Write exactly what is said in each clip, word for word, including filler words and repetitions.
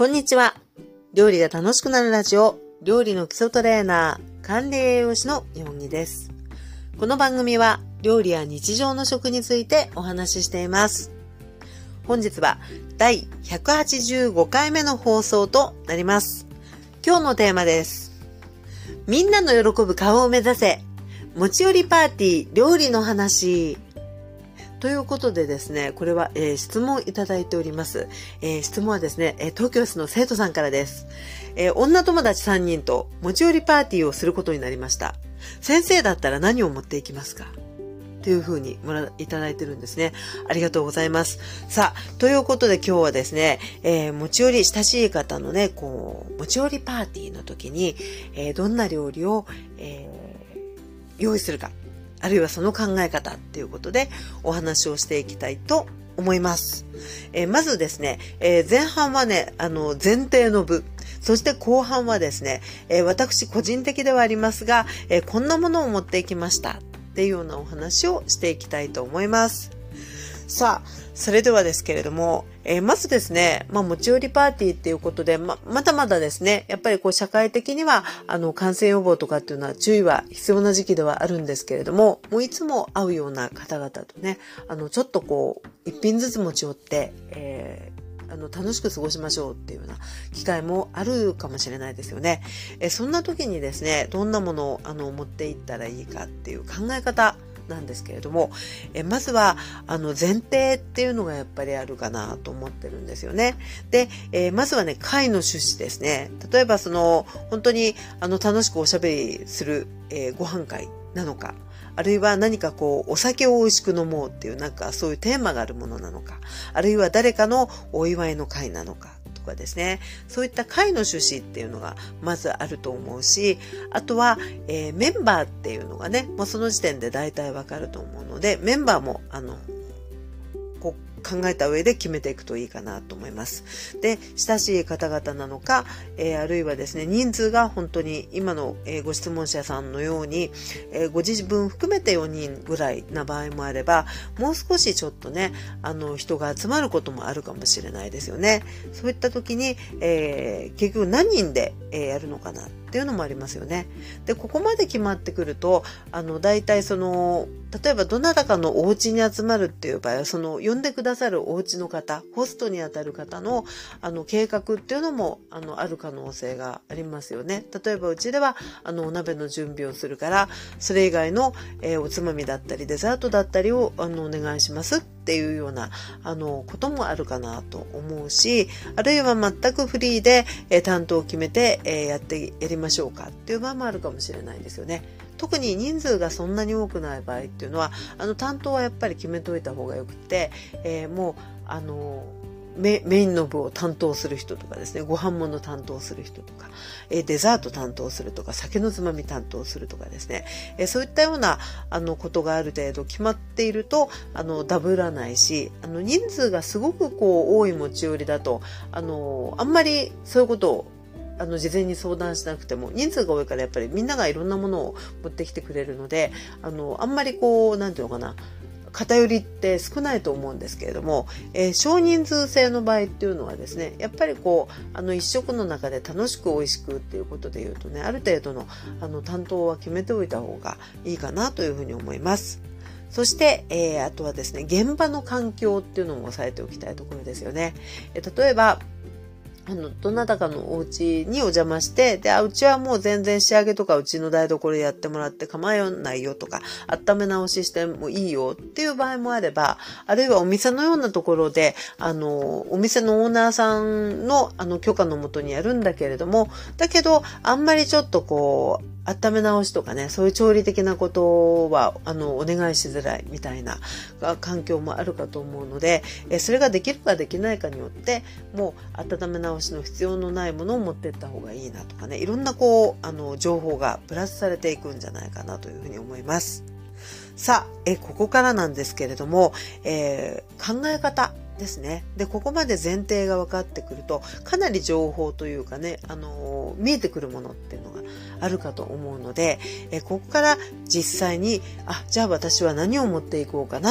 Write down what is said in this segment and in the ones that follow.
こんにちは。料理が楽しくなるラジオ、料理の基礎トレーナー、管理栄養士のよんぎです。この番組は料理や日常の食についてお話ししています。本日はだいひゃくはちじゅうごかいめの放送となります。今日のテーマです。みんなの喜ぶ顔を目指せ、持ち寄りパーティー料理の話。ということでですね、これは、えー、質問いただいております。えー、質問はですね、えー、東京市の生徒さんからです。えー、女友達さんにんと持ち寄りパーティーをすることになりました。先生だったら何を持っていきますか？というふうにもらいただいてるんですね。ありがとうございます。さあ、ということで今日はですね、えー、持ち寄り、親しい方のね、こう、持ち寄りパーティーの時に、えー、どんな料理を、えー、用意するか。あるいはその考え方っていうことでお話をしていきたいと思います。えー、まずですね、えー、前半はね、あの、前提の部。そして後半はですね、えー、私個人的ではありますが、えー、こんなものを持っていきましたっていうようなお話をしていきたいと思います。さあ、それではですけれども、えー、まずですね、まあ、持ち寄りパーティーっていうことで、ま、まだまだですね、やっぱりこう社会的には、あの、感染予防とかっていうのは注意は必要な時期ではあるんですけれども、もういつも会うような方々とね、あの、ちょっとこう、一品ずつ持ち寄って、えー、あの、楽しく過ごしましょうっていうような機会もあるかもしれないですよね。えー、そんな時にですね、どんなものを、あの、持っていったらいいかっていう考え方、なんですけれども、えまずはあの前提っていうのがやっぱりあるかなと思ってるんですよね。で、えー、まずはね、会の趣旨ですね。例えばその本当にあの楽しくおしゃべりする、えー、ご飯会なのか、あるいは何かこうお酒を美味しく飲もうっていうなんかそういうテーマがあるものなのか、あるいは誰かのお祝いの会なのかとかですね、そういった会の趣旨っていうのがまずあると思うし、あとは、えー、メンバーっていうのがね、もうその時点で大体わかると思うので、メンバーもあのこう考えた上で決めていくといいかなと思います。で、親しい方々なのか、えー、あるいはですね、人数が本当に今の、えー、ご質問者さんのように、えー、ご自分含めてよにんぐらいな場合もあれば、もう少しちょっとね、あの人が集まることもあるかもしれないですよね。そういった時に、えー、結局何人で、えー、やるのかなっていうのもありますよね。で、ここまで決まってくると、あの大体その例えばどなたかのお家に集まるっていう場合は、その呼んでくださるお家の方、ホストにあたる方のあの計画っていうのもあのある可能性がありますよね。例えばうちではあのお鍋の準備をするから、それ以外の、えー、おつまみだったりデザートだったりをあのお願いしますっていうようなあのこともあるかなと思うし、あるいは全くフリーで、えー、担当を決めて、えー、やってやりましょうかっていう場合もあるかもしれないですよね。特に人数がそんなに多くない場合っていうのは、あの担当はやっぱり決めといた方がよくて、えー、もうあのメ, メインの部を担当する人とかですね、ご飯物担当する人とか、えー、デザート担当するとか、酒のつまみ担当するとかですね、えー、そういったようなあのことがある程度決まっていると、あのダブらないし、あの人数がすごくこう多い持ち寄りだと、あのあんまりそういうことをあの事前に相談しなくても、人数が多いからやっぱりみんながいろんなものを持ってきてくれるので、あのあんまりこうなんていうのかな、偏りって少ないと思うんですけれども、えー、少人数制の場合っていうのはですね、やっぱりこうあの一食の中で楽しく美味しくっていうことでいうとね、ある程度のあの担当は決めておいた方がいいかなというふうに思います。そして、えー、あとはですね、現場の環境っていうのも押さえておきたいところですよね。えー、例えばあの、どなたかのお家にお邪魔して、で、あ、うちはもう全然仕上げとかうちの台所でやってもらって構わないよとか、温め直ししてもいいよっていう場合もあれば、あるいはお店のようなところで、あの、お店のオーナーさんのあの許可のもとにやるんだけれども、だけど、あんまりちょっとこう、温め直しとかね、そういう調理的なことはあのお願いしづらいみたいな環境もあるかと思うので、えそれができるかできないかによってもう温め直しの必要のないものを持っていった方がいいなとかね、いろんなこうあの情報がプラスされていくんじゃないかなというふうに思います。さあ、えここからなんですけれども、えー、考え方ですね。で、ここまで前提が分かってくると、かなり情報というかね、あのー、見えてくるものっていうのがあるかと思うので、えここから実際に、あ、じゃあ私は何を持っていこうかなっ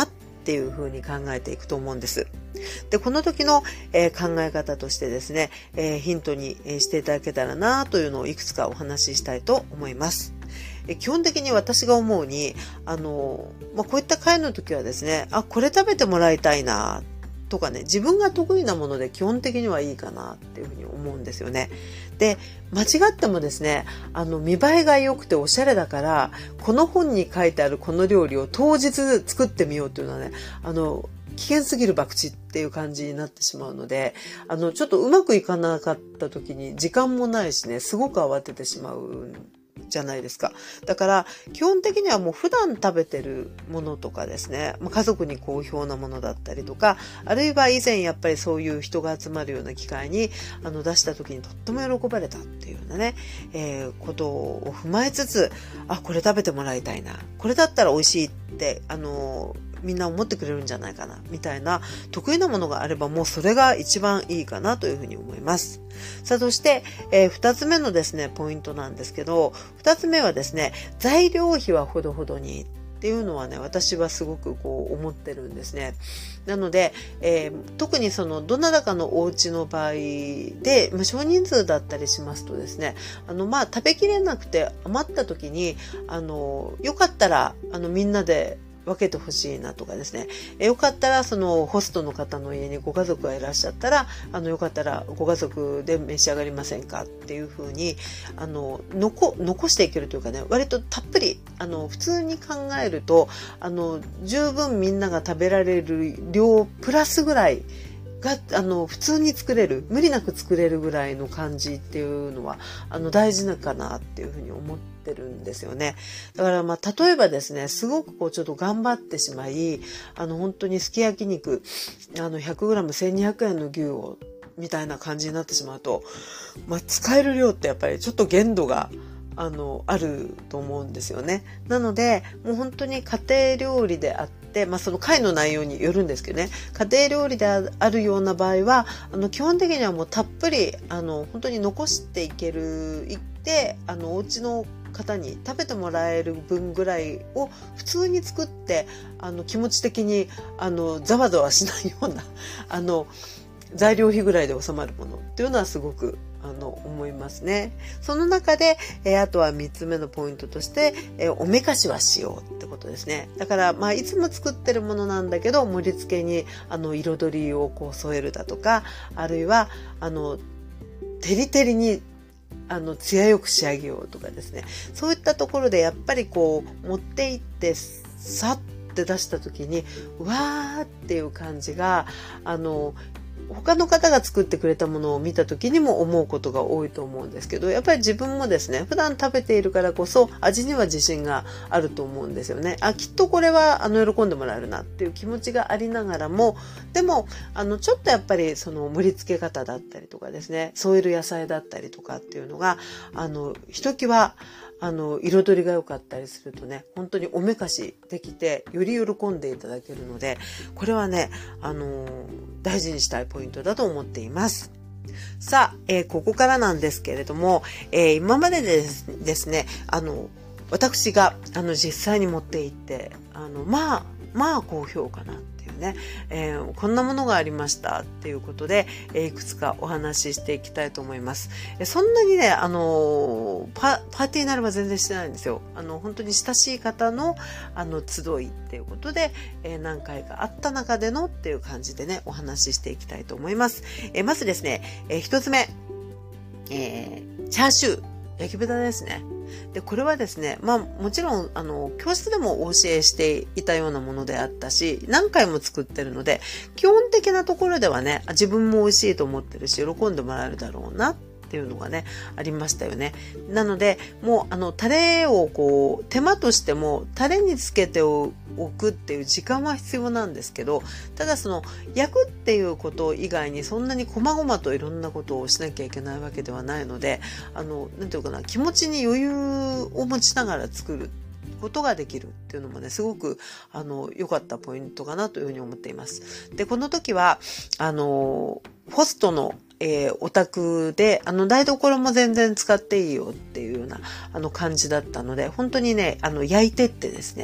っていう風に考えていくと思うんです。で、この時の、えー、考え方としてですね、えー、ヒントにしていただけたらなというのをいくつかお話ししたいと思います。えー、基本的に私が思うに、あのー、まあ、こういった会の時はですね、あ、これ食べてもらいたいなとかね、自分が得意なもので基本的にはいいかなっていうふうに思うんですよね。で、間違ってもですね、あの、見栄えが良くておしゃれだから、この本に書いてあるこの料理を当日作ってみようというのはね、あの、危険すぎる博打っていう感じになってしまうので、あの、ちょっとうまくいかなかった時に時間もないしね、すごく慌ててしまうじゃないですか。だから基本的にはもう普段食べてるものとかですね、家族に好評なものだったりとか、あるいは以前やっぱりそういう人が集まるような機会にあの出した時にとっても喜ばれたっていうようなね、えー、ことを踏まえつつ、あ、これ食べてもらいたいな、これだったら美味しいってあのみんな思ってくれるんじゃないかなみたいな得意なものがあればもうそれが一番いいかなというふうに思います。さあ、そして、えー、二つ目のですねポイントなんですけど、二つ目はですね、材料費はほどほどにっていうのはね、私はすごくこう思ってるんですね。なので、えー、特にそのどなたかのお家の場合で、まあ、少人数だったりしますとですね、あのまあ食べきれなくて余った時にあのよかったらあのみんなで分けてほしいなとかですね。えよかったらそのホストの方の家にご家族がいらっしゃったら、あのよかったらご家族で召し上がりませんかっていうふうにあの残残していけるというかね、割とたっぷりあの普通に考えるとあの十分みんなが食べられる量プラスぐらいがあの普通に作れる、無理なく作れるぐらいの感じっていうのはあの大事なかなっていうふうに思ってるんですよね。だからまあ例えばですね、すごくこうちょっと頑張ってしまい、あの本当にすき焼き肉あの ひゃくグラムせんにひゃくえんの牛をみたいな感じになってしまうと、まあ、使える量ってやっぱりちょっと限度があのあると思うんですよね。なのでもう本当に家庭料理であってでまあ、その会の内容によるんですけどね、家庭料理であるような場合はあの基本的にはもうたっぷりあの本当に残していけるいってあのお家の方に食べてもらえる分ぐらいを普通に作ってあの気持ち的にあのざわざわしないようなあの材料費ぐらいで収まるものっていうのはすごくあの思いますね。その中で、えー、あとはみっつめのポイントとして、えー、おめかしはしようってことですね。だからまあいつも作ってるものなんだけど盛り付けにあの彩りをこう添えるだとか、あるいはあのテリテリにあの艶よく仕上げようとかですね、そういったところでやっぱりこう持っていってさって出した時にうわーっていう感じがあの他の方が作ってくれたものを見た時にも思うことが多いと思うんですけど、やっぱり自分もですね普段食べているからこそ味には自信があると思うんですよね。あ、きっとこれはあの喜んでもらえるなっていう気持ちがありながらも、でもあのちょっとやっぱりその盛り付け方だったりとかですね、添える野菜だったりとかっていうのがあのひときわあの彩りが良かったりするとね、本当におめかしできてより喜んでいただけるので、これはねあの大事にしたいポイントだと思っています。さあ、えー、ここからなんですけれども、えー、今まででですねあの私があの実際に持って行ってあのまあまあ高評価なっていうね、えー、こんなものがありましたっていうことで、えー、いくつかお話ししていきたいと思います。えー、そんなにね、あのー、パ、パーティーなれば全然してないんですよ。あの本当に親しい方のあの集いっていうことで、えー、何回かあった中でのっていう感じでねお話ししていきたいと思います。えー、まずですね、えー、一つ目、えー、チャーシュー焼き豚ですね。でこれはですね、まあもちろんあの教室でもお教えしていたようなものであったし、何回も作ってるので基本的なところではね自分も美味しいと思ってるし喜んでもらえるだろうなっていうのがねありましたよね。なのでもうあのタレをこう手間としてもタレにつけておくっていう時間は必要なんですけど、ただその焼くっていうこと以外にそんなに細々といろんなことをしなきゃいけないわけではないので、あのなんていうかな、気持ちに余裕を持ちながら作ることができるっていうのもねすごくあの良かったポイントかなというふうに思っています。でこの時はあのホストのえー、お宅であの台所も全然使っていいよっていうようなあの感じだったので、本当にねあの焼いてってですね、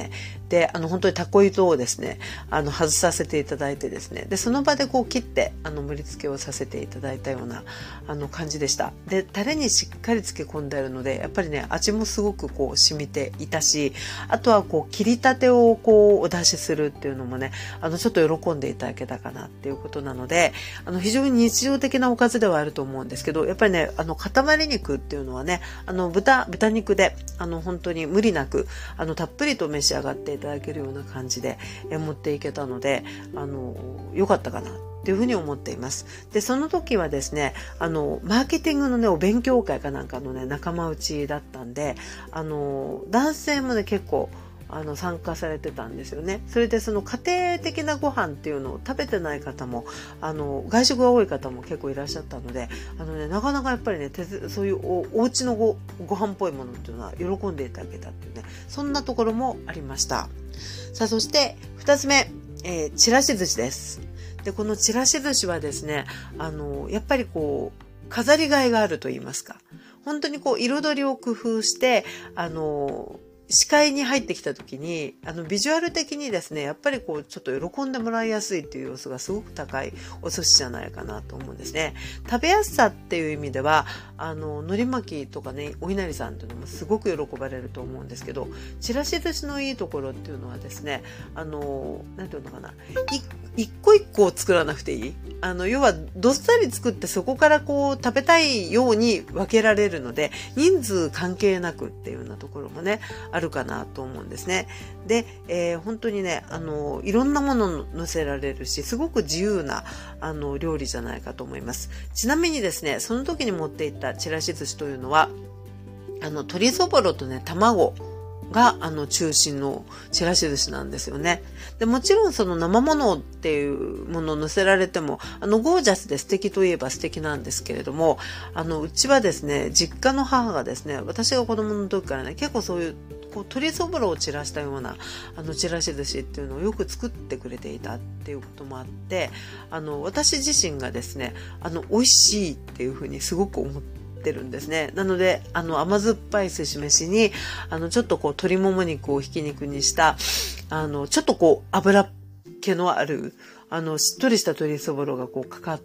で、あの、本当にタコ糸をですね、あの、外させていただいてですね、で、その場でこう切って、あの、盛り付けをさせていただいたような、あの、感じでした。で、タレにしっかり漬け込んであるので、やっぱりね、味もすごくこう、染みていたし、あとはこう、切りたてをこう、お出しするっていうのもね、あの、ちょっと喜んでいただけたかなっていうことなので、あの、非常に日常的なおかずではあると思うんですけど、やっぱりね、あの、塊肉っていうのはね、あの、豚、豚肉で、あの、本当に無理なく、あの、たっぷりと召し上がっていただけるような感じで、え持っていけたので、あの、良かったかなっていうふうに思っています。で、その時はですね、あの、マーケティングのね、お勉強会かなんかのね、仲間内だったんで、あの、男性もね、結構、あの参加されてたんですよね。それでその家庭的なご飯っていうのを食べてない方も、あの外食が多い方も結構いらっしゃったので、あのね、なかなかやっぱりね、そういう お, お家の ご, ご飯っぽいものっていうのは喜んでいただけたっていうね、そんなところもありました。さあ、そしてふたつめ、えー、ちらし寿司です。で、このちらし寿司はですね、あのやっぱりこう飾りがいがあると言いますか、本当にこう彩りを工夫して、あの視界に入ってきた時に、あのビジュアル的にですね、やっぱりこうちょっと喜んでもらいやすいっていう要素がすごく高いお寿司じゃないかなと思うんですね。食べやすさっていう意味では、あの海苔巻きとかね、お稲荷さんっていうのもすごく喜ばれると思うんですけど、ちらし寿司のいいところっていうのはですね、あのなんていうのかな、一個一個を作らなくていい。あの要はどっさり作ってそこからこう食べたいように分けられるので、人数関係なくっていうようなところもね、あるかなと思うんですね。で、えー、本当にね、あのいろんなもの乗せられるし、すごく自由なあの料理じゃないかと思います。ちなみにですね、その時に持っていったちらし寿司というのは、あの鶏そぼろとね、卵があの中心のちらし寿司なんですよね。で、もちろんその生ものっていうものを乗せられても、あのゴージャスで素敵といえば素敵なんですけれども、あのうちはですね、実家の母がですね、私が子供の時からね、結構そういうこう鶏そぼろを散らしたようなあのちらし寿司っていうのをよく作ってくれていたっていうこともあって、あの私自身がですね、あの美味しいっていうふうにすごく思っててるんですね。なので、あの甘酸っぱい寿司飯に、あのちょっとこう鶏もも肉をひき肉にした、あのちょっとこう油気のある、あのしっとりした鶏そぼろがこうかかって、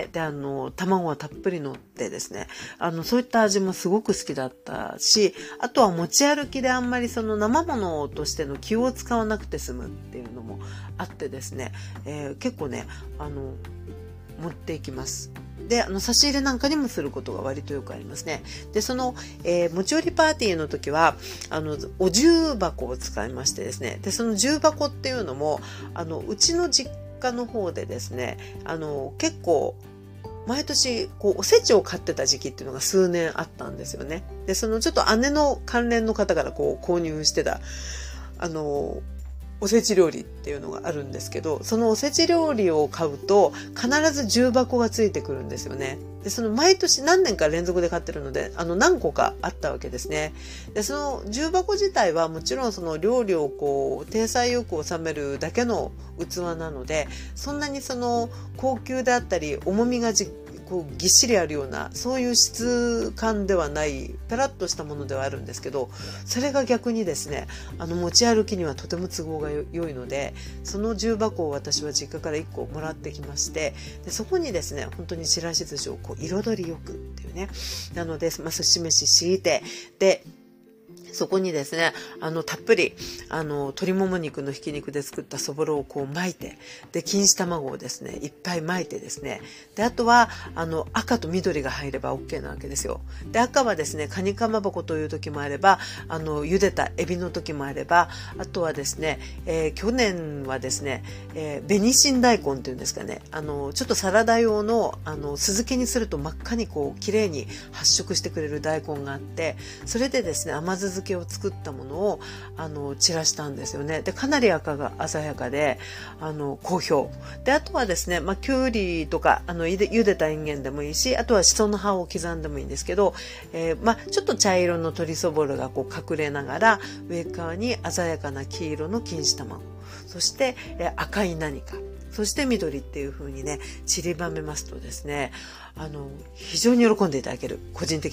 であの卵がたっぷり乗ってですね、あのそういった味もすごく好きだったし、あとは持ち歩きであんまりその生ものとしての気を使わなくて済むっていうのもあってですね、えー、結構ね、あの持っていきます。で、あの差し入れなんかにもすることが割とよくありますね。で、その、えー、持ち寄りパーティーの時は、あの、お重箱を使いましてですね。で、その重箱っていうのも、あの、うちの実家の方でですね、あの、結構、毎年、こう、おせちを買ってた時期っていうのが数年あったんですよね。で、そのちょっと姉の関連の方からこう、購入してた、あの、おせち料理っていうのがあるんですけど、そのおせち料理を買うと必ず重箱がついてくるんですよね。で、その毎年何年か連続で買ってるので、あの何個かあったわけですね。で、その重箱自体はもちろんその料理をこう体裁よく収めるだけの器なので、そんなにその高級であったり重みがじこうぎっしりあるような、そういう質感ではないペラッとしたものではあるんですけど、それが逆にですね、あの持ち歩きにはとても都合が良いので、その重箱を私は実家からいっこもらってきまして、でそこにですね、本当にちらし寿司をこう彩りよくっていうね、なので、まあ、寿司飯敷いて、でそこにですね、あの、たっぷり、あの、鶏もも肉のひき肉で作ったそぼろをこう巻いて、で、錦糸卵をですね、いっぱい巻いてですね、で、あとは、あの、赤と緑が入れば OK なわけですよ。で、赤はですね、カニかまぼこという時もあれば、あの、茹でたエビの時もあれば、あとはですね、えー、去年はですね、えー、紅新大根っていうんですかね、あの、ちょっとサラダ用の、あの、酢漬けにすると真っ赤にこう、綺麗に発色してくれる大根があって、それでですね、甘酢漬けを作ったものをあの散らしたんですよね。で、かなり赤が鮮やかであの好評で、あとはですね、まあ、きゅうりとかあのゆで、茹でたインゲンでもいいし、あとはしその葉を刻んでもいいんですけど、えーまあ、ちょっと茶色の鶏そぼろがこう隠れながら、上側に鮮やかな黄色の錦糸卵、そして、えー、赤い何か、そして緑っていう風にね散りばめますとですね、あの非常に喜んでいただける、個人的には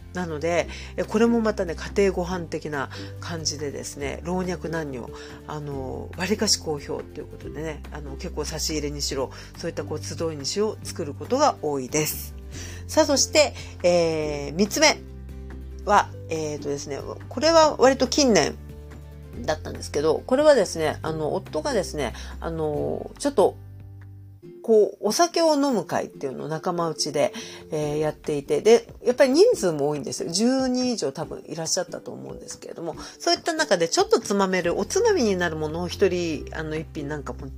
なので、これもまたね、家庭ご飯的な感じでですね、老若男女、あの、割かし好評ということでね、あの、結構差し入れにしろ、そういったこう、集いにしろ作ることが多いです。さあ、そして、えー、三つ目は、えーとですね、これは割と近年だったんですけど、これはですね、あの、夫がですね、あの、ちょっと、こう、お酒を飲む会っていうのを仲間内で、えー、やっていて、で、やっぱり人数も多いんですよ。じゅうにん以上多分いらっしゃったと思うんですけれども、そういった中でちょっとつまめる、おつまみになるものを一人、あの、一品なんか持って、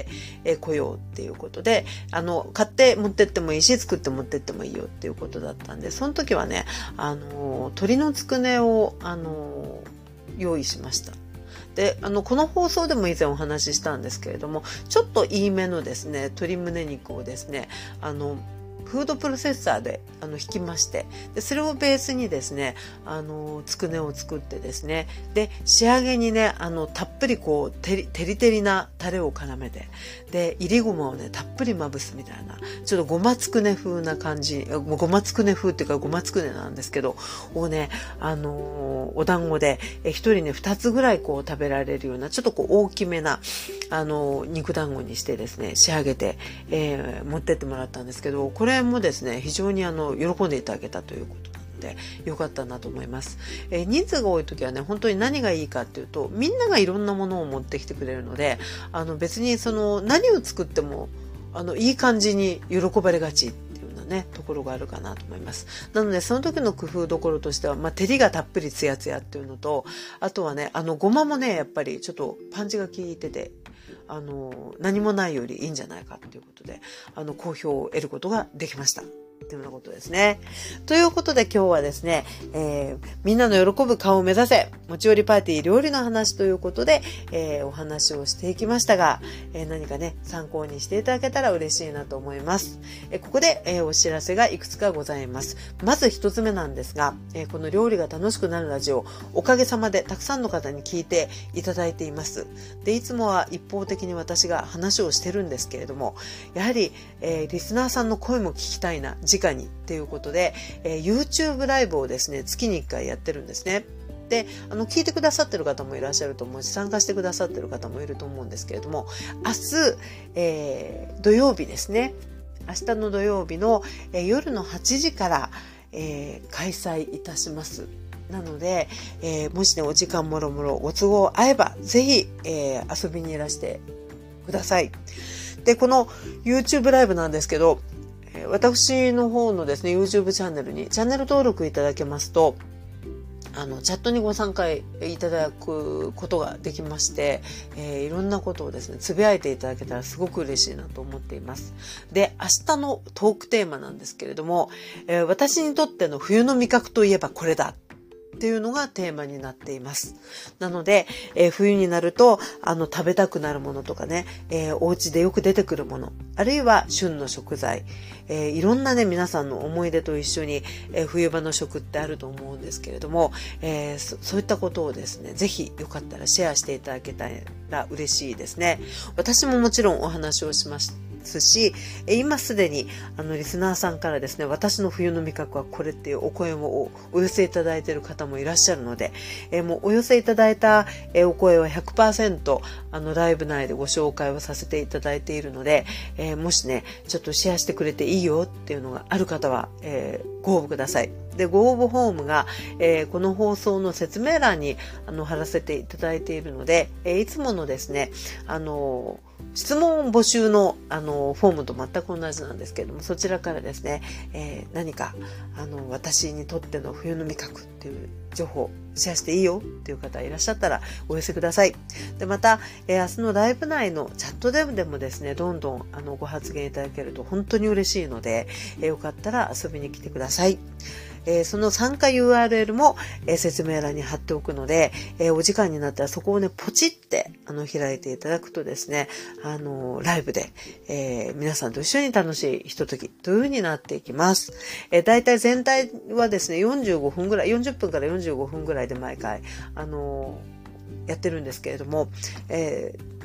えー、来ようっていうことで、あの、買って持ってってもいいし、作って持ってってもいいよっていうことだったんで、その時はね、あの、鶏のつくねを、あの、用意しました。で、あの、この放送でも以前お話ししたんですけれども、ちょっといいめのですね、鶏胸肉をですね、あの、フードプロセッサーであの引きまして、でそれをベースにですね、あのつくねを作ってですね、で仕上げにね、あのたっぷりこうテリテリテリなタレを絡めて、でいりごまをねたっぷりまぶすみたいな、ちょっとごまつくね風な感じ、ごまつくね風っていうかごまつくねなんですけどをね、あのお団子で一人ね二つぐらいこう食べられるような、ちょっとこう大きめなあの肉団子にしてですね仕上げて、えー、持ってってもらったんですけど、これもですね非常にあの喜んでいただけたということなのでよかったなと思います。えー、人数が多い時はね本当に何がいいかっていうと、みんながいろんなものを持ってきてくれるので、あの別にその何を作ってもあのいい感じに喜ばれがちっていうようなねところがあるかなと思います。なのでその時の工夫どころとしては、まあ、照りがたっぷりツヤツヤっていうのと、あとはねあのごまもねやっぱりちょっとパンチが効いてて、あの何もないよりいいんじゃないかということで、あの好評を得ることができましたっていうようなことですね。ということで今日はですね、えー、みんなの喜ぶ顔を目指せ持ち寄りパーティー料理の話ということで、えー、お話をしていきましたが、えー、何かね参考にしていただけたら嬉しいなと思います。えー、ここで、えー、お知らせがいくつかございます。まず一つ目なんですが、えー、この料理が楽しくなるラジオ、おかげさまでたくさんの方に聞いていただいています。でいつもは一方的に私が話をしてるんですけれども、やはり、えー、リスナーさんの声も聞きたいな直にっていうことで、えー、YouTube ライブをですね月にいっかいやってるんですね。であの聞いてくださってる方もいらっしゃると思うし、参加してくださってる方もいると思うんですけれども、明日、えー、土曜日ですね、明日の土曜日の、えー、夜のはちじから、えー、開催いたします。なので、えー、もしねお時間もろもろご都合合えばぜひ、えー、遊びにいらしてください。でこの YouTube ライブなんですけど、私の方のですね YouTube チャンネルにチャンネル登録いただけますと、あのチャットにご参加いただくことができまして、えー、いろんなことをですねつぶやいていただけたらすごく嬉しいなと思っています。で明日のトークテーマなんですけれども、えー、私にとっての冬の味覚といえばこれだっていうのがテーマになっています。なので、えー、冬になるとあの食べたくなるものとかね、えー、お家でよく出てくるもの、あるいは旬の食材、えー、いろんなね皆さんの思い出と一緒に、えー、冬場の食ってあると思うんですけれども、えー、そ, そういったことをですねぜひよかったらシェアしていただけたら嬉しいですね。私ももちろんお話をしましたし、今すでにあのリスナーさんからですね、私の冬の味覚はこれっていうお声も お, お寄せいただいている方もいらっしゃるので、えー、もうお寄せいただいた、えー、お声は ひゃくパーセント あのライブ内でご紹介をさせていただいているので、えー、もしねちょっとシェアしてくれていいよっていうのがある方は、えー、ご応募ください。でご応募フォームが、えー、この放送の説明欄にあの貼らせていただいているので、えー、いつものですねあの質問募集のあのフォームと全く同じなんですけれども、そちらからですね、えー、何かあの私にとっての冬の味覚っていう情報シェアしていいよっていう方いらっしゃったらお寄せください。でまた、えー、明日のライブ内のチャットでもですねどんどんあのご発言いただけると本当に嬉しいので、えー、よかったら遊びに来てください。えー、その参加 ユーアールエル も、えー、説明欄に貼っておくので、えー、お時間になったらそこをねポチってあの開いていただくとですね、あのー、ライブで、えー、皆さんと一緒に楽しいひとときという風になっていきます。えー、だいたい全体はですねよんじゅうごふんぐらい、よんじゅっぷんからよんじゅうごふんぐらいで毎回あのー、やってるんですけれども、えー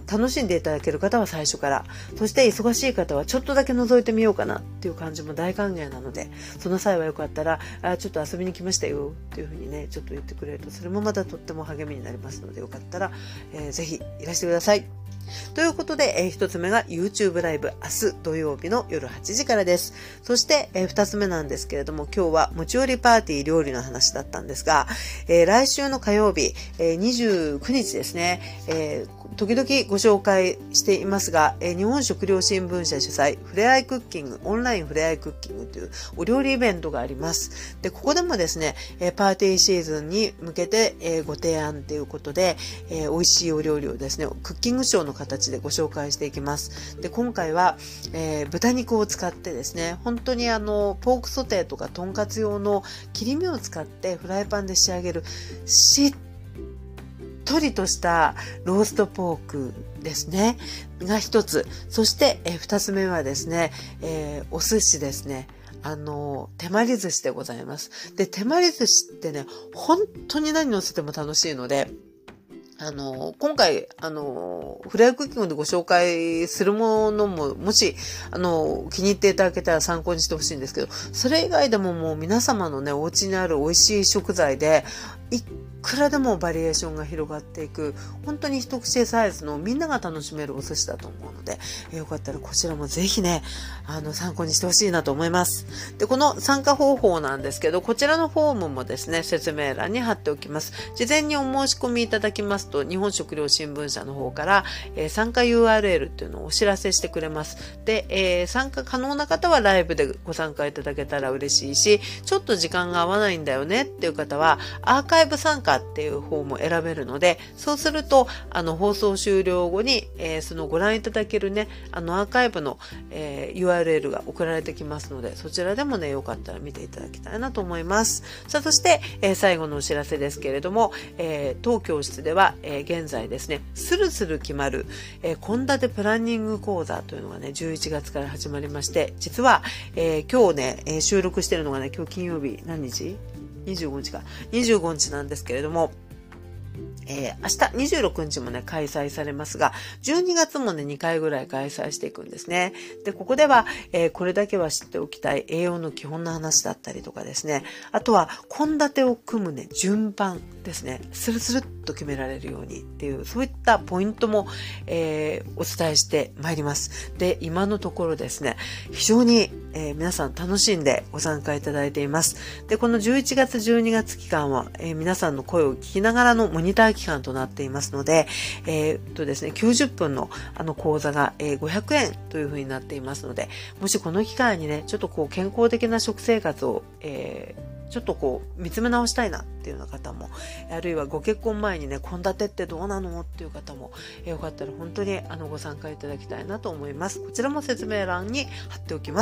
楽しんでいただける方は最初から、そして忙しい方はちょっとだけ覗いてみようかなっていう感じも大歓迎なので、その際はよかったら、あちょっと遊びに来ましたよっていうふうにね、ちょっと言ってくれると、それもまたとっても励みになりますので、よかったら、えー、ぜひいらしてください。ということで、えー、一つ目が YouTube ライブ、明日土曜日の夜はちじからです。そして、えー、二つ目なんですけれども、今日は持ち寄りパーティー料理の話だったんですが、えー、来週の火曜日、えー、にじゅうくにちですね、えー、時々ご紹介していますが、えー、日本食料新聞社主催、ふれあいクッキング、オンラインふれあいクッキングというお料理イベントがあります。で、ここでもですね、えー、パーティーシーズンに向けて、えー、ご提案ということで、えー、美味しいお料理をですね、クッキングショーの形でご紹介していきます。で、今回は、えー、豚肉を使ってですね、本当にあの、ポークソテーとかとんかつ用の切り身を使ってフライパンで仕上げるしっとりとしたローストポークですね、が一つ。そして、えー、二つ目はですね、えー、お寿司ですね。あの、手まり寿司でございます。で、手まり寿司ってね、本当に何乗せても楽しいので、あの、今回、あの、フライクッキングでご紹介するものも、もし、あの、気に入っていただけたら参考にしてほしいんですけど、それ以外でももう皆様のね、お家にある美味しい食材で、いくらでもバリエーションが広がっていく、本当に一口サイズのみんなが楽しめるお寿司だと思うので、えよかったらこちらもぜひね、あの、参考にしてほしいなと思います。で、この参加方法なんですけど、こちらのフォームもですね、説明欄に貼っておきます。事前にお申し込みいただきますと、日本食料新聞社の方から、えー、参加 ユーアールエル っていうのをお知らせしてくれます。で、えー、参加可能な方はライブでご参加いただけたら嬉しいし、ちょっと時間が合わないんだよねっていう方は、アーカイブ参加っていう方も選べるので、そうすると、あの、放送終了後に、えー、そのご覧いただけるね、あの、アーカイブの、えー、ユーアールエル が送られてきますので、そちらでもね、よかったら見ていただきたいなと思います。さあ、そして、えー、最後のお知らせですけれども、えー、当教室では、えー、現在ですね、スルスル決まる、えー、献立プランニング講座というのがね、じゅういちがつから始まりまして、実は、えー、今日ね、えー、収録してるのがね、今日金曜日、何日にじゅうごにちか。にじゅうごにちなんですけれども、えー、明日にじゅうろくにちもね、開催されますが、じゅうにがつもね、にかいぐらい開催していくんですね。で、ここでは、えー、これだけは知っておきたい栄養の基本の話だったりとかですね。あとは、献立を組むね、順番ですね。スルスルっと決められるようにっていう、そういったポイントも、えー、お伝えしてまいります。で、今のところですね、非常に、えー、皆さん楽しんでご参加いただいています。で、このじゅういちがつ、じゅうにがつ期間は、えー、皆さんの声を聞きながらのモニター期間となっていますので、えー、っとですね、きゅうじゅっぷんのあの講座が、えー、ごひゃくえんというふうになっていますので、もしこの機会にね、ちょっとこう健康的な食生活を、えーちょっとこう見つめ直したいなっていうような方も、あるいはご結婚前にね、献立ってどうなのっていう方も、えー、よかったら本当にあのご参加いただきたいなと思います。こちらも説明欄に貼っておきます。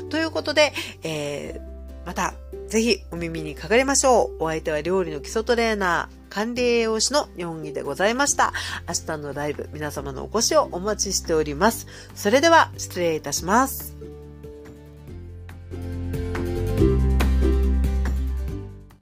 ということで、えー、またぜひお耳にかかりましょう。お相手は料理の基礎トレーナー、管理栄養士の日本木でございました。明日のライブ、皆様のお越しをお待ちしております。それでは失礼いたします。